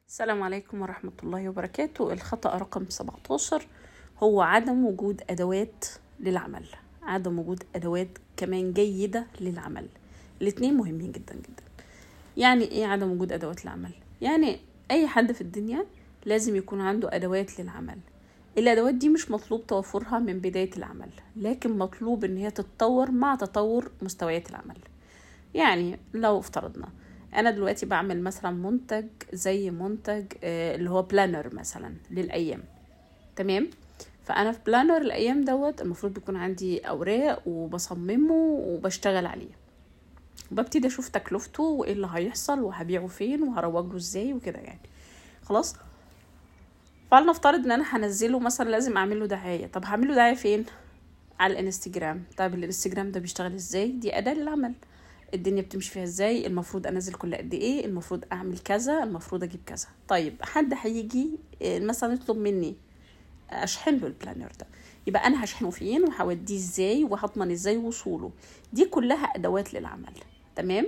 السلام عليكم ورحمة الله وبركاته. الخطأ رقم 17 هو عدم وجود أدوات للعمل. عدم وجود أدوات كمان جيدة للعمل. الاتنين مهمين جدا جدا. يعني ايه عدم وجود أدوات للعمل؟ يعني أي حد في الدنيا لازم يكون عنده أدوات للعمل. الأدوات دي مش مطلوب توفرها من بداية العمل، لكن مطلوب ان هي تتطور مع تطور مستويات العمل. يعني لو افترضنا انا دلوقتي بعمل مثلا منتج زي منتج اللي هو بلانر مثلا للايام، تمام؟ فانا في بلانر الايام دوت المفروض بيكون عندي اوراق وبصممه وبشتغل عليه، وببتدي اشوف تكلفته وايه اللي هيحصل وهبيعه فين وهروج له ازاي وكده. يعني خلاص، فلنفترض ان انا هنزله مثلا، لازم اعمل له دعايه. طب هعمل له دعايه فين؟ على الانستجرام. طيب الانستجرام ده بيشتغل ازاي؟ دي اداه للعمل. الدنيا بتمشي فيها ازاي؟ المفروض انزل كل قد ايه؟ المفروض اعمل كذا، المفروض اجيب كذا. طيب حد هيجي مثلا يطلب مني اشحن له البلانر ده، يبقى انا هشحنه فين وهوديه ازاي وهضمن ازاي وصوله. دي كلها ادوات للعمل، تمام؟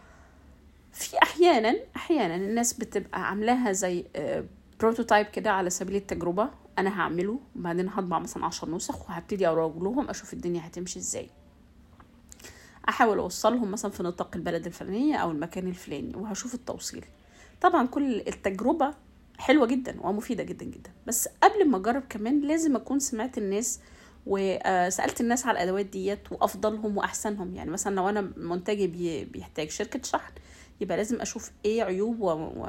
في احيانا الناس بتبقى عاملاها زي بروتوتايب كده على سبيل التجربه. انا هعمله وبعدين هطبع مثلا 10 نسخ وهبتدي اروج لهم، اشوف الدنيا هتمشي ازاي، احاول اوصلهم مثلا في نطاق البلد الفلانية او المكان الفلاني، وهشوف التوصيل. طبعا كل التجربة حلوة جدا ومفيدة جدا جدا، بس قبل ما اجرب كمان لازم اكون سمعت الناس وسألت الناس على الادوات ديت وافضلهم واحسنهم. يعني مثلا لو انا منتجي بيحتاج شركة شحن، يبقى لازم اشوف ايه عيوب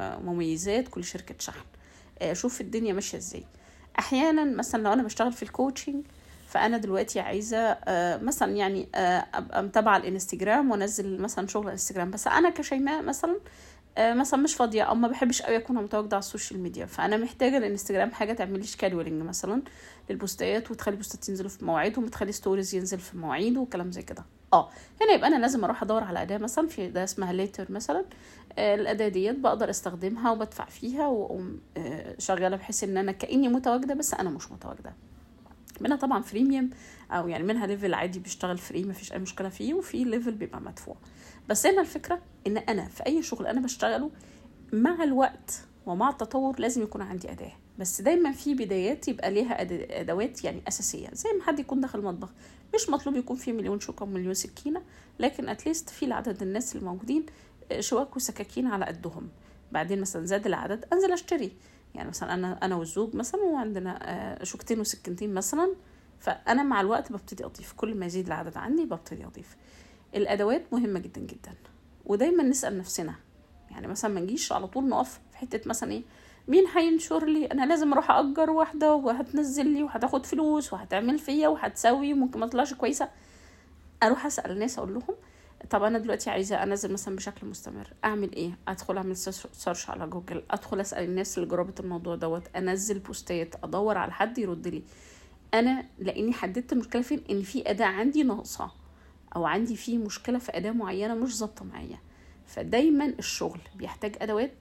ومميزات كل شركة شحن، اشوف الدنيا ماشية ازاي. احيانا مثلا لو انا بشتغل في الكوتشنج، فانا دلوقتي عايزه مثلا يعني ابقى متابعه الانستجرام وانزل مثلا شغل الانستجرام، بس انا كشيماء مثلا مثلا مش فاضيه او ما بحبش قوي اكون متواجده على السوشيال ميديا، فانا محتاجه الانستجرام حاجه تعمل لي سكادولينج مثلا للبوستات، وتخلي البوستات ينزلوا في مواعيدهم، وتخلي ستوريز ينزل في مواعيده وكلام زي كده. هنا يبقى انا لازم اروح ادور على اداه، مثلا في ده اسمها ليتر مثلا. الاداه ديت بقدر استخدمها وبدفع فيها واقوم شغاله بحيث ان انا كاني متواجده بس انا مش متواجده. منها طبعا فريميوم، او يعني منها ليفل عادي بيشتغل فري مفيش اي مشكله فيه، وفي ليفل بيبقى مدفوع. بس هنا الفكره ان انا في اي شغل انا بشتغله مع الوقت ومع التطور لازم يكون عندي اداه، بس دايما في بدايات يبقى ليها ادوات يعني اساسيه. زي ما حد يكون داخل المطبخ مش مطلوب يكون فيه مليون شوكه ومليون سكينه، لكن اتليست في عدد الناس الموجودين شواك وسكاكين على قدهم. بعدين مثلا زاد العدد انزل اشتري، يعني مثلا انا والزوج مثلا وعندنا شوكتين وسكينتين مثلا، فانا مع الوقت ببتدي اضيف، كل ما يزيد العدد عندي ببتدي اضيف. الادوات مهمه جدا جدا، ودايما نسال نفسنا. يعني مثلا ما نجيش على طول نقف في حته مثلا ايه، مين هينشر لي؟ انا لازم اروح اجر واحده وهتنزل لي وهتاخد فلوس وهتعمل فيا وهتسوي وممكن ما تطلعش كويسه. اروح اسال الناس اقول لهم طب انا دلوقتي عايزه انزل مثلا بشكل مستمر، اعمل ايه؟ ادخل اعمل سيرش على جوجل، ادخل اسال الناس اللي جربت الموضوع دوت، انزل بوستات، ادور على حد يرد لي. انا لاني حددت المشكله فين، ان في اداه عندي ناقصه او عندي في مشكله في اداه معينه مش ظابطه معايا. فدايما الشغل بيحتاج ادوات،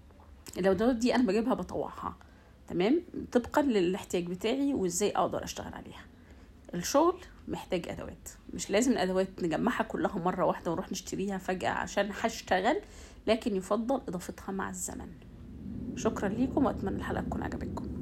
الادوات دي انا بجيبها بطوعها تمام طبقا للاحتياج بتاعي وازاي اقدر اشتغل عليها. الشغل محتاج ادوات، مش لازم الادوات نجمعها كلها مره واحده ونروح نشتريها فجاه عشان هشتغل، لكن يفضل اضافتها مع الزمن. شكرا ليكم واتمنى الحلقه تكون عجبتكم.